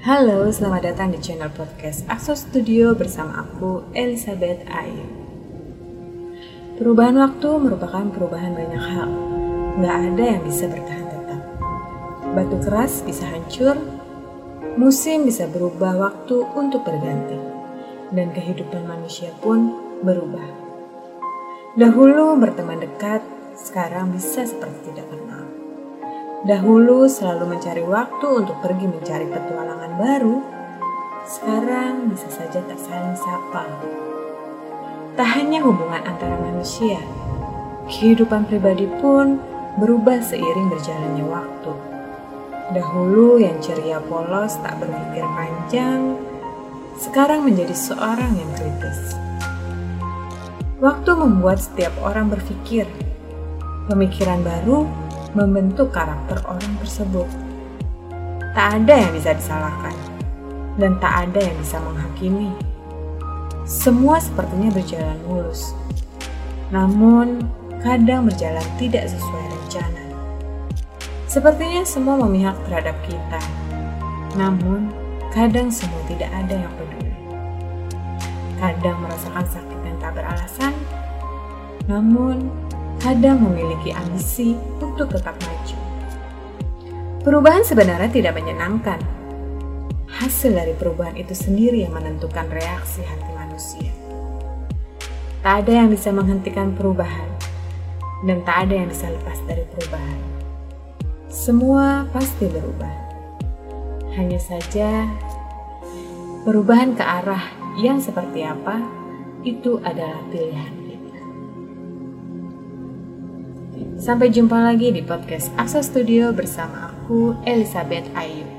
Halo, selamat datang di channel podcast Akso Studio bersama aku, Elizabeth Ayu. Perubahan waktu merupakan perubahan banyak hal. Nggak ada yang bisa bertahan tetap. Batu keras bisa hancur, musim bisa berubah waktu untuk berganti, dan kehidupan manusia pun berubah. Dahulu berteman dekat, sekarang bisa seperti tidak kenal. Dahulu selalu mencari waktu untuk pergi mencari petualangan baru, sekarang bisa saja tak saling sapa. Tak hanya hubungan antara manusia, kehidupan pribadi pun berubah seiring berjalannya waktu. Dahulu yang ceria polos tak berpikir panjang, sekarang menjadi seorang yang kritis. Waktu membuat setiap orang berpikir, pemikiran baru membentuk karakter orang tersebut. Tak ada yang bisa disalahkan, dan tak ada yang bisa menghakimi. Semua sepertinya berjalan mulus, namun kadang berjalan tidak sesuai rencana. Sepertinya semua memihak terhadap kita, namun kadang semua tidak ada yang peduli. Kadang merasakan sakit yang tak beralasan, namun kadang memiliki ambisi untuk tetap maju. Perubahan sebenarnya tidak menyenangkan. Hasil dari perubahan itu sendiri yang menentukan reaksi hati manusia. Tak ada yang bisa menghentikan perubahan, dan tak ada yang bisa lepas dari perubahan. Semua pasti berubah. Hanya saja, perubahan ke arah yang seperti apa, itu adalah pilihan. Sampai jumpa lagi di podcast Akso Studio bersama aku, Elizabeth Ayu.